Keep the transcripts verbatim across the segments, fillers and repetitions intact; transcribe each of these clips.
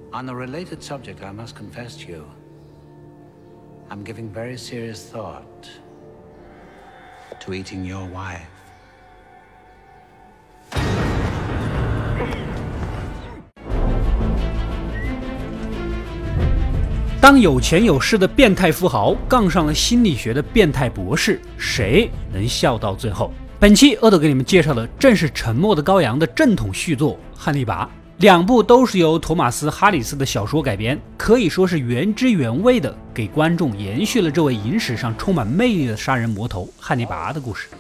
On a related subject, I must confess to you, I'm giving very serious thought to eating your wife. 当有钱有势的变态富豪杠上了心理学的变态博士，谁能笑到最后？本期阿斗给你们介绍的正是《沉默的羔羊》的正统续作《汉尼拔》，两部都是由托马斯·哈里斯的小说改编，可以说是原汁原味的给观众延续了这位影史上充满魅力的杀人魔头汉尼拔的故事。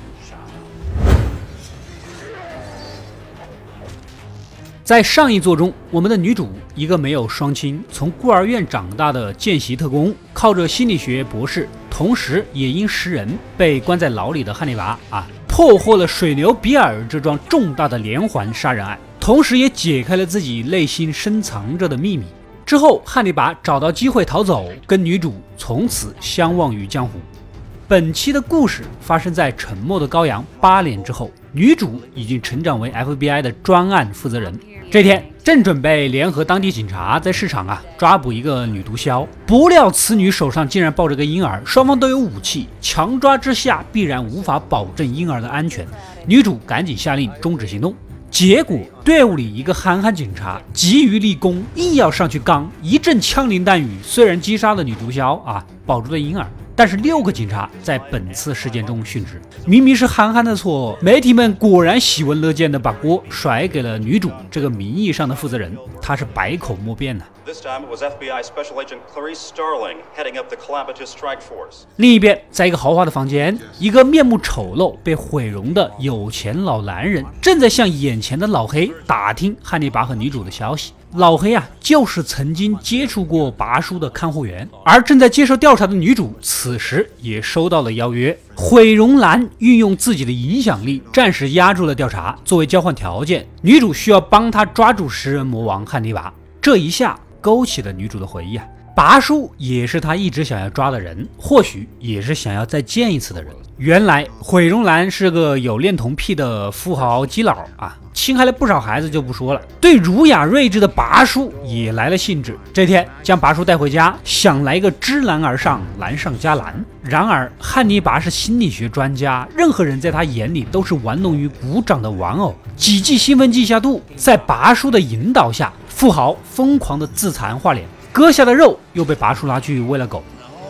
在上一作中，我们的女主，一个没有双亲、从孤儿院长大的见习特工，靠着心理学博士，同时也因识人被关在牢里的汉尼拔啊，破获了水牛比尔这桩重大的连环杀人案，同时也解开了自己内心深藏着的秘密。之后，汉尼拔找到机会逃走，跟女主从此相忘于江湖。本期的故事发生在《沉默的羔羊》八年之后，女主已经成长为 F B I 的专案负责人。这天正准备联合当地警察在市场啊抓捕一个女毒枭，不料此女手上竟然抱着个婴儿，双方都有武器，强抓之下必然无法保证婴儿的安全。女主赶紧下令终止行动，结果队伍里一个憨憨警察急于立功，硬要上去刚，一阵枪林弹雨，虽然击杀了女毒枭啊，保住了婴儿，但是六个警察在本次事件中殉职。明明是憨憨的错，媒体们果然喜闻乐见的把锅甩给了女主这个名义上的负责人，她是百口莫辩呢。 This time it was F B I Special Agent Clarice Starling heading up the Calabatus Strike Force. 另一边，在一个豪华的房间，一个面目丑陋、被毁容的有钱老男人正在向眼前的老黑打听汉尼拔和女主的消息。老黑啊，就是曾经接触过拔叔的看护员，而正在接受调查的女主，此时也收到了邀约。毁容男运用自己的影响力，暂时压住了调查，作为交换条件，女主需要帮他抓住食人魔王汉尼拔。这一下勾起了女主的回忆啊，拔叔也是她一直想要抓的人，或许也是想要再见一次的人。原来毁容男是个有恋童癖的富豪基佬啊，侵害了不少孩子就不说了，对儒雅睿智的拔叔也来了兴致。这天将拔叔带回家，想来个知难而上，难上加难。然而汉尼拔是心理学专家，任何人在他眼里都是玩弄于股掌的玩偶。几剂兴奋剂下肚，在拔叔的引导下，富豪疯狂的自残化脸，割下的肉又被拔叔拿去喂了狗。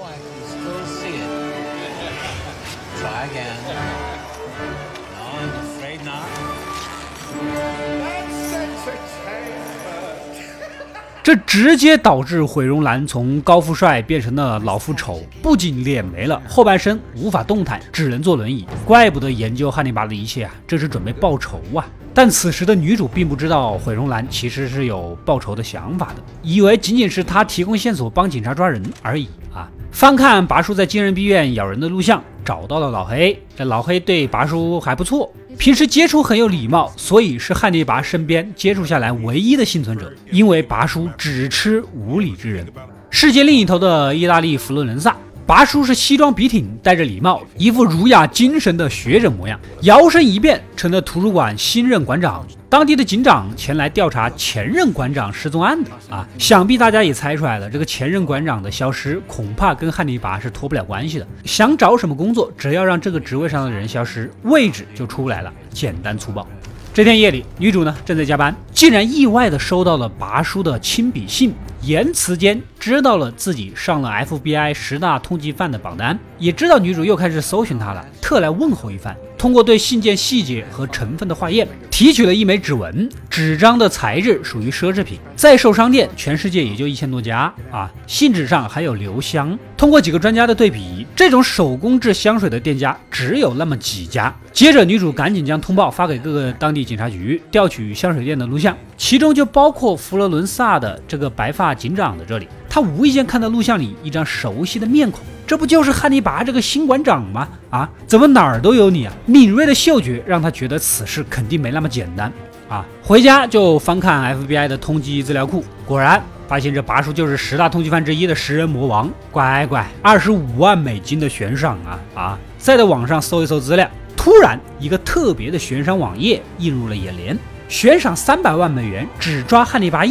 这直接导致毁容男从高富帅变成了老富丑，不仅脸没了，后半身无法动弹，只能坐轮椅。怪不得研究汉尼拔的一切啊，这是准备报仇啊！但此时的女主并不知道毁容男其实是有报仇的想法的，以为仅仅是他提供线索帮警察抓人而已啊！翻看拔叔在惊人逼院咬人的录像，找到了老黑。这老黑对拔叔还不错，平时接触很有礼貌，所以是汉尼拔身边接触下来唯一的幸存者。因为拔叔只吃无理之人。世界另一头的意大利佛罗伦萨，拔叔是西装笔挺，戴着礼帽，一副儒雅精神的学者模样，摇身一变成了图书馆新任馆长。当地的警长前来调查前任馆长失踪案的啊，想必大家也猜出来了，这个前任馆长的消失恐怕跟汉尼拔是脱不了关系的。想找什么工作，只要让这个职位上的人消失，位置就出来了，简单粗暴。这天夜里，女主呢正在加班，竟然意外的收到了拔叔的亲笔信，言辞间知道了自己上了 F B I 十大通缉犯的榜单，也知道女主又开始搜寻他了，特来问候一番。通过对信件细节和成分的化验，提取了一枚指纹，纸张的材质属于奢侈品，在售商店全世界也就一千多家啊。信纸上还有留香，通过几个专家的对比，这种手工制香水的店家只有那么几家。接着女主赶紧将通报发给各个当地警察局，调取香水店的录像，其中就包括佛罗伦萨的这个白发警长的这里。他无意间看到录像里一张熟悉的面孔，这不就是汉尼拔这个新馆长吗？啊，怎么哪儿都有你啊？敏锐的嗅觉让他觉得此事肯定没那么简单啊！回家就翻看 F B I 的通缉资料库，果然发现这拔叔就是十大通缉犯之一的食人魔王。乖乖，二十五万美金的悬赏啊啊！再在网上搜一搜资料，突然一个特别的悬赏网页映入了眼帘，悬赏三百万美元，只抓汉尼拔一人。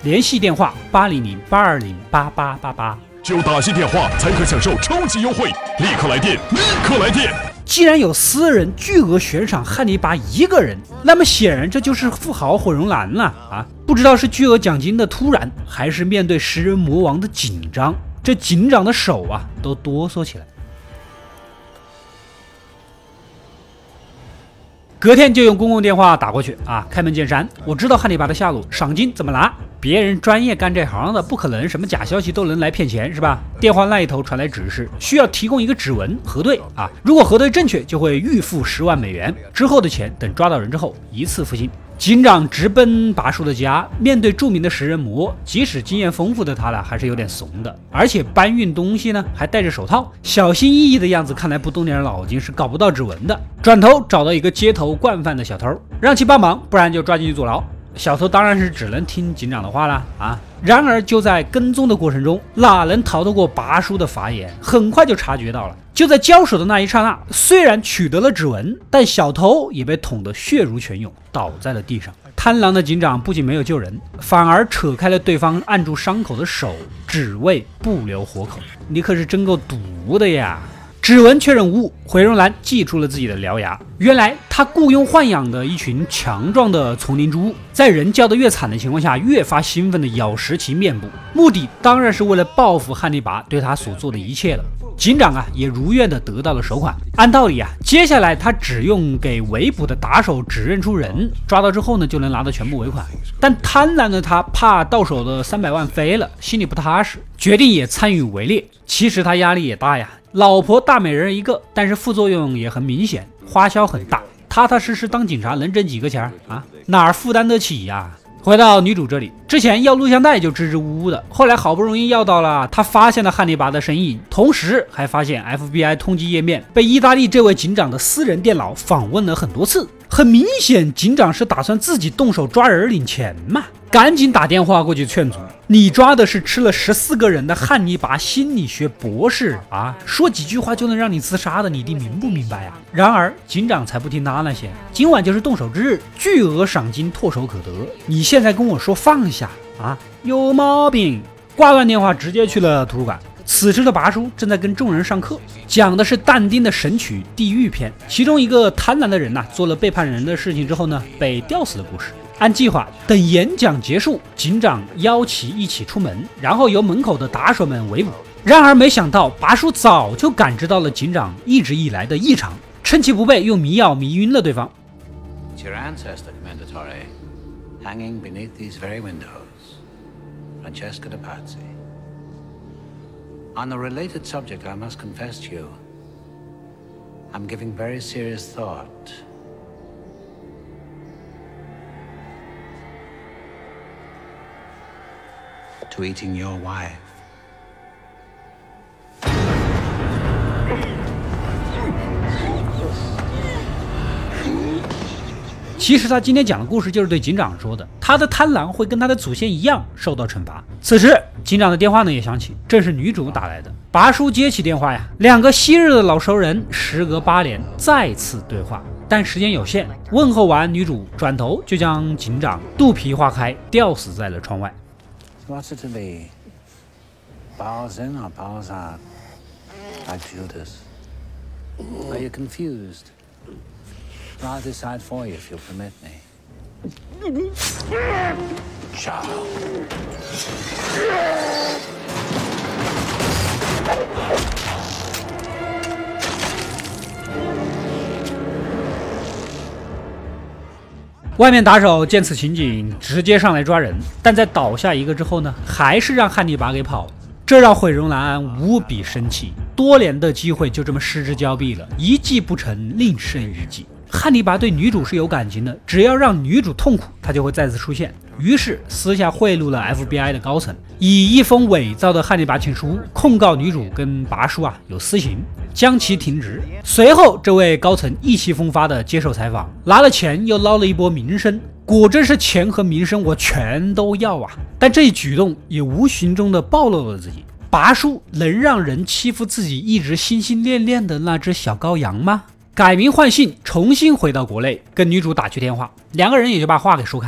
联系电话八零零八二零八八八八。 就打些电话才可享受超级优惠，立刻来电，立刻来电！ 既然有私人巨额悬赏汉尼拔一个人，那么显然这就是富豪毁容兰了啊！不知道是巨额奖金的突然，还是面对食人魔王的紧张，这警长的手啊都哆嗦起来。隔天就用公共电话打过去啊，开门见山，我知道汉尼拔的下落，赏金怎么拿？别人专业干这行的，不可能什么假消息都能来骗钱是吧？电话那一头传来指示，需要提供一个指纹核对啊，如果核对正确，就会预付十万美元，之后的钱等抓到人之后一次付清。警长直奔拔叔的家，面对著名的食人魔，即使经验丰富的他呢，还是有点怂的，而且搬运东西呢还戴着手套，小心翼翼的样子，看来不动点脑筋是搞不到指纹的。转头找到一个街头惯犯的小偷，让其帮忙，不然就抓进去坐牢。小偷当然是只能听警长的话啦啊！然而就在跟踪的过程中，哪能逃得过拔叔的法眼？很快就察觉到了。就在交手的那一刹那，虽然取得了指纹，但小偷也被捅得血如泉涌，倒在了地上。贪狼的警长不仅没有救人，反而扯开了对方按住伤口的手，只为不留活口。你可是真够毒的呀！指纹确认无误，毁容兰祭出了自己的獠牙。原来他雇佣豢养的一群强壮的丛林猪，在人叫得越惨的情况下，越发兴奋地咬食其面部，目的当然是为了报复汉尼拔对他所做的一切了。警长啊，也如愿地得到了首款。按道理啊，接下来他只用给围捕的打手指认出人，抓到之后呢，就能拿到全部尾款。但贪婪的他怕到手的三百万飞了，心里不踏实，决定也参与围猎。其实他压力也大呀。老婆大美人一个，但是副作用也很明显，花销很大，踏踏实实当警察能挣几个钱啊？哪儿负担得起呀？回到女主这里，之前要录像带就支支吾吾的，后来好不容易要到了，她发现了汉尼拔的身影，同时还发现 F B I 通缉页面被意大利这位警长的私人电脑访问了很多次，很明显警长是打算自己动手抓人领钱嘛。赶紧打电话过去劝阻，你抓的是吃了十四个人的汉尼拔心理学博士啊，说几句话就能让你自杀的，你弟明不明白呀？然而警长才不听他那些，今晚就是动手之日，巨额赏金唾手可得，你现在跟我说放下啊，有毛病！挂断电话，直接去了图书馆。此时的拔叔正在跟众人上课，讲的是但丁的《神曲》地狱篇，其中一个贪婪的人呐、啊，做了背叛人的事情之后呢，被吊死的故事。按计划，等演讲结束，警长邀其一起出门，然后由门口的打手们围捕。然而没想到，拔叔早就感知到了警长一直以来的异常，趁其不备，用迷药迷晕了对方。 It's your ancestor, Commendatore, hanging beneath these very windows, Francesca de Pazzi. On the related subject, I must confess to you, I'm giving very serious thought to eating your wife. 其实他今天讲的故事就是对警长说的，他的贪婪会跟他的祖先一样受到惩罚。此时警长的电话呢也响起，正是女主打来的。拔叔接起电话呀，两个昔日的老熟人时隔八年再次对话，但时间有限。问候完女主，转头就将警长肚皮划开，吊死在了窗外。 What's it to be? Bowels in or bowels out? Like Judas. Are you confused? I'll decide for you if you'll permit me. Ciao. 外面打手见此情景，直接上来抓人，但在倒下一个之后呢，还是让汉尼拔给跑了，这让毁容兰无比生气。多年的机会就这么失之交臂了，一计不成，另生一计。汉尼拔对女主是有感情的，只要让女主痛苦，他就会再次出现。于是私下贿赂了 F B I 的高层，以一封伪造的汉尼拔情书控告女主跟拔叔啊有私情，将其停职。随后这位高层意气风发的接受采访，拿了钱又捞了一波名声，果真是钱和名声我全都要啊！但这一举动也无形中的暴露了自己。拔叔能让人欺负自己一直心心念念的那只小羔羊吗？改名换姓，重新回到国内，跟女主打去电话，两个人也就把话给说开了。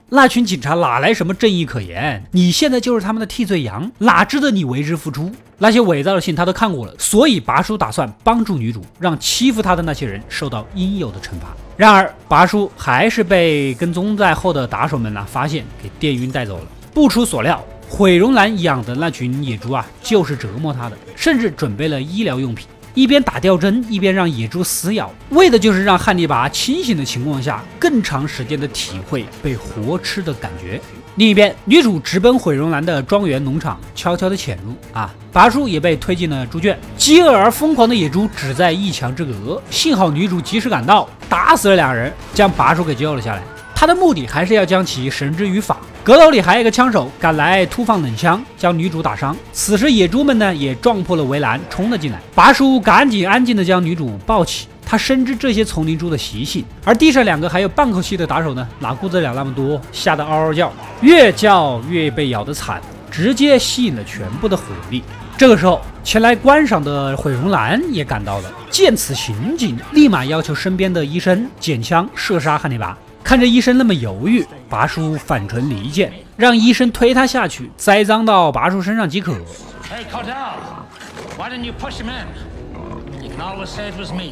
那群警察哪来什么正义可言？你现在就是他们的替罪羊，哪值得你为之付出？那些伪造的信他都看过了，所以拔叔打算帮助女主，让欺负他的那些人受到应有的惩罚。然而拔叔还是被跟踪在后的打手们呢、啊、发现，给电晕带走了。不出所料，毁容兰养的那群野猪啊，就是折磨他的，甚至准备了医疗用品，一边打吊针，一边让野猪撕咬，为的就是让汉尼拔清醒的情况下，更长时间的体会被活吃的感觉。另一边，女主直奔毁容兰的庄园农场，悄悄的潜入啊，拔叔也被推进了猪圈。饥饿而疯狂的野猪只在一墙之隔，幸好女主及时赶到，打死了两人，将拔叔给救了下来。他的目的还是要将其绳之于法。阁楼里还有一个枪手赶来突放冷枪，将女主打伤。此时野猪们呢也撞破了围栏，冲了进来。拔叔赶紧安静的将女主抱起，他深知这些丛林猪的习性，而地上两个还有半口气的打手呢，哪顾得了那么多，吓得嗷嗷叫，越叫越被咬得惨，直接吸引了全部的火力。这个时候，前来观赏的毁容兰也赶到了，见此情景，立马要求身边的医生捡枪射杀汉尼拔。看着医生那么犹豫，拔叔反唇离间，让医生推他下去，栽赃到拔叔身上即可。 Hey, Cordell, why didn't you push him in? You can always say it was me.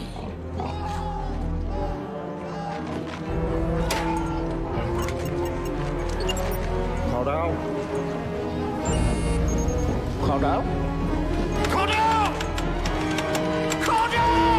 Cordell? Cordell? Cordell! Cordell!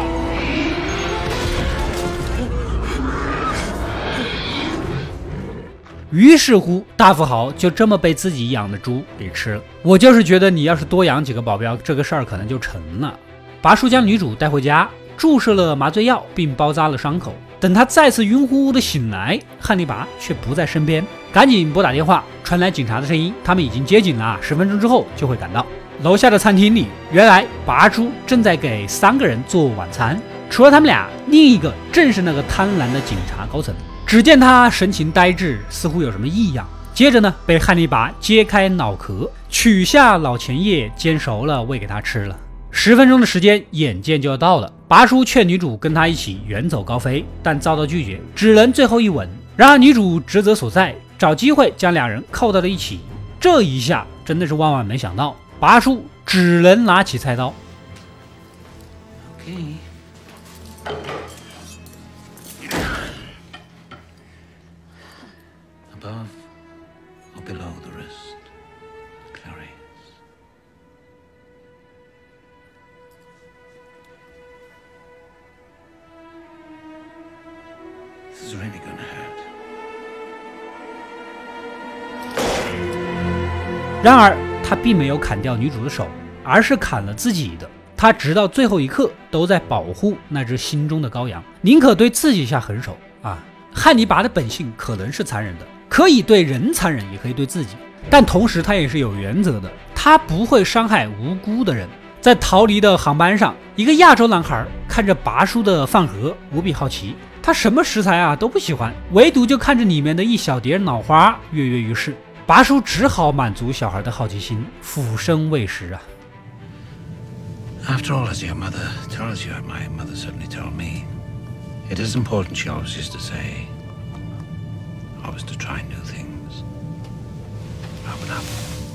于是乎，大富豪就这么被自己养的猪给吃了。我就是觉得你要是多养几个保镖，这个事儿可能就成了。拔叔将女主带回家，注射了麻醉药，并包扎了伤口。等他再次晕乎乎的醒来，汉尼拔却不在身边，赶紧拨打电话，传来警察的声音，他们已经接警了，十分钟之后就会赶到。楼下的餐厅里，原来拔叔正在给三个人做晚餐，除了他们俩，另一个正是那个贪婪的警察高层。只见他神情呆滞，似乎有什么异样。接着呢，被汉尼拔揭开脑壳，取下老钱叶，煎熟了喂给他吃了。十分钟的时间眼见就要到了，拔叔劝女主跟他一起远走高飞，但遭到拒绝，只能最后一吻。然而女主职责所在，找机会将两人扣到了一起。这一下真的是万万没想到，拔叔只能拿起菜刀。 Okay. Above or below the wrist, Clarice. This is really gonna hurt. 然而他并没有砍掉女主的手，而是砍了自己的。他直到最后一刻都在保护那只心中的羔羊，宁可对自己下狠手啊！汉尼拔的本性可能是残忍的，可以对人残忍，也可以对自己，但同时他也是有原则的，他不会伤害无辜的人。在逃离的航班上，一个亚洲男孩看着拔叔的饭盒，无比好奇，他什么食材啊都不喜欢，唯独就看着里面的一小碟脑花跃跃欲试。拔叔只好满足小孩的好奇心，俯身喂食啊。 After all, as your mother tells you, my mother certainly told me, it is important, she always used to say, always to try new things. Open up.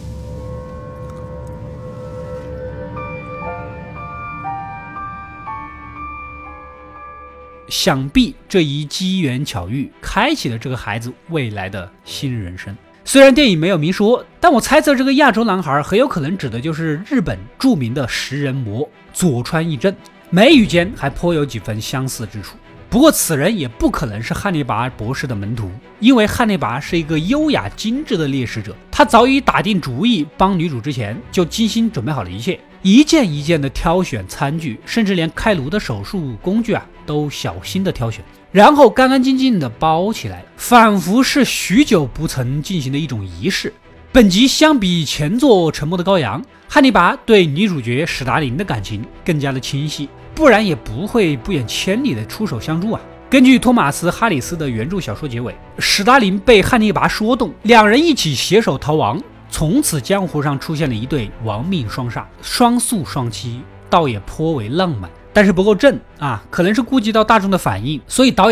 想必这一机缘巧遇，开启了这个孩子未来的新人生。虽然电影没有明说，但我猜测这个亚洲男孩很有可能指的就是日本著名的食人魔佐川义正，眉宇间还颇有几分相似之处。不过此人也不可能是汉尼拔博士的门徒，因为汉尼拔是一个优雅精致的猎食者，他早已打定主意帮女主之前就精心准备好了一切，一件一件的挑选餐具，甚至连开颅的手术工具啊都小心的挑选，然后干干净净的包起来，仿佛是许久不曾进行的一种仪式。本集相比前作《沉默的羔羊》，汉尼拔对女主角史达林的感情更加的清晰，不然也不会不远千里的出手相助啊。根据托马斯·哈里斯的原著小说结尾，史达林被汉尼拔说动，两人一起携手逃亡，从此江湖上出现了一对亡命双煞，双宿双栖，倒也颇为浪漫。但是不够正啊，可能是顾及到大众的反应，所以导演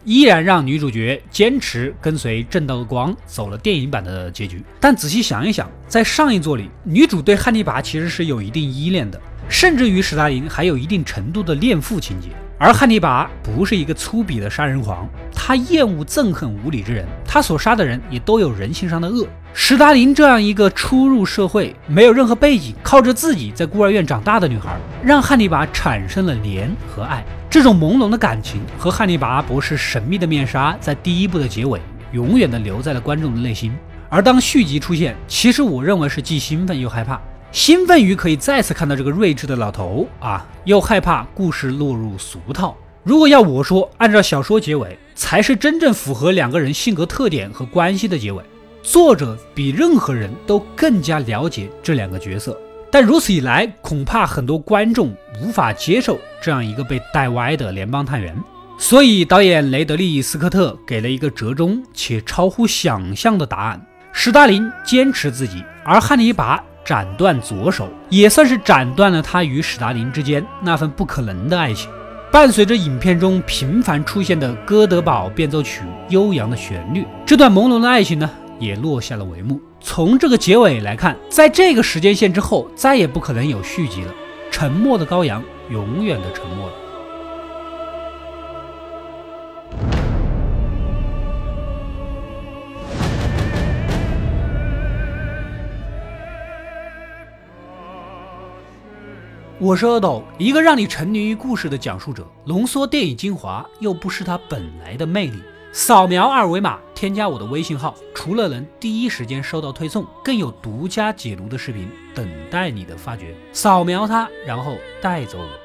依然让女主角坚持跟随正道的光，走了电影版的结局。但仔细想一想，在上一作里，女主对汉尼拔其实是有一定依恋的，甚至于史达林还有一定程度的恋父情节。而汉尼拔不是一个粗鄙的杀人狂，他厌恶憎恨无理之人，他所杀的人也都有人性上的恶。史达林这样一个初入社会、没有任何背景、靠着自己在孤儿院长大的女孩，让汉尼拔产生了怜和爱。这种朦胧的感情和汉尼拔博士神秘的面纱，在第一部的结尾永远的留在了观众的内心。而当续集出现，其实我认为是既兴奋又害怕。兴奋于可以再次看到这个睿智的老头啊，又害怕故事落入俗套。如果要我说，按照小说结尾，才是真正符合两个人性格特点和关系的结尾。作者比任何人都更加了解这两个角色，但如此一来，恐怕很多观众无法接受这样一个被带歪的联邦探员。所以导演雷德利·斯科特给了一个折中且超乎想象的答案：史达林坚持自己，而汉尼拔斩断左手，也算是斩断了他与史达林之间那份不可能的爱情。伴随着影片中频繁出现的哥德堡变奏曲悠扬的旋律，这段朦胧的爱情呢，也落下了帷幕。从这个结尾来看，在这个时间线之后，再也不可能有续集了。沉默的羔羊，永远的沉默了。我是阿斗，一个让你沉迷于故事的讲述者，浓缩电影精华，又不失它本来的魅力。扫描二维码，添加我的微信号，除了能第一时间收到推送，更有独家解读的视频等待你的发掘。扫描它，然后带走我。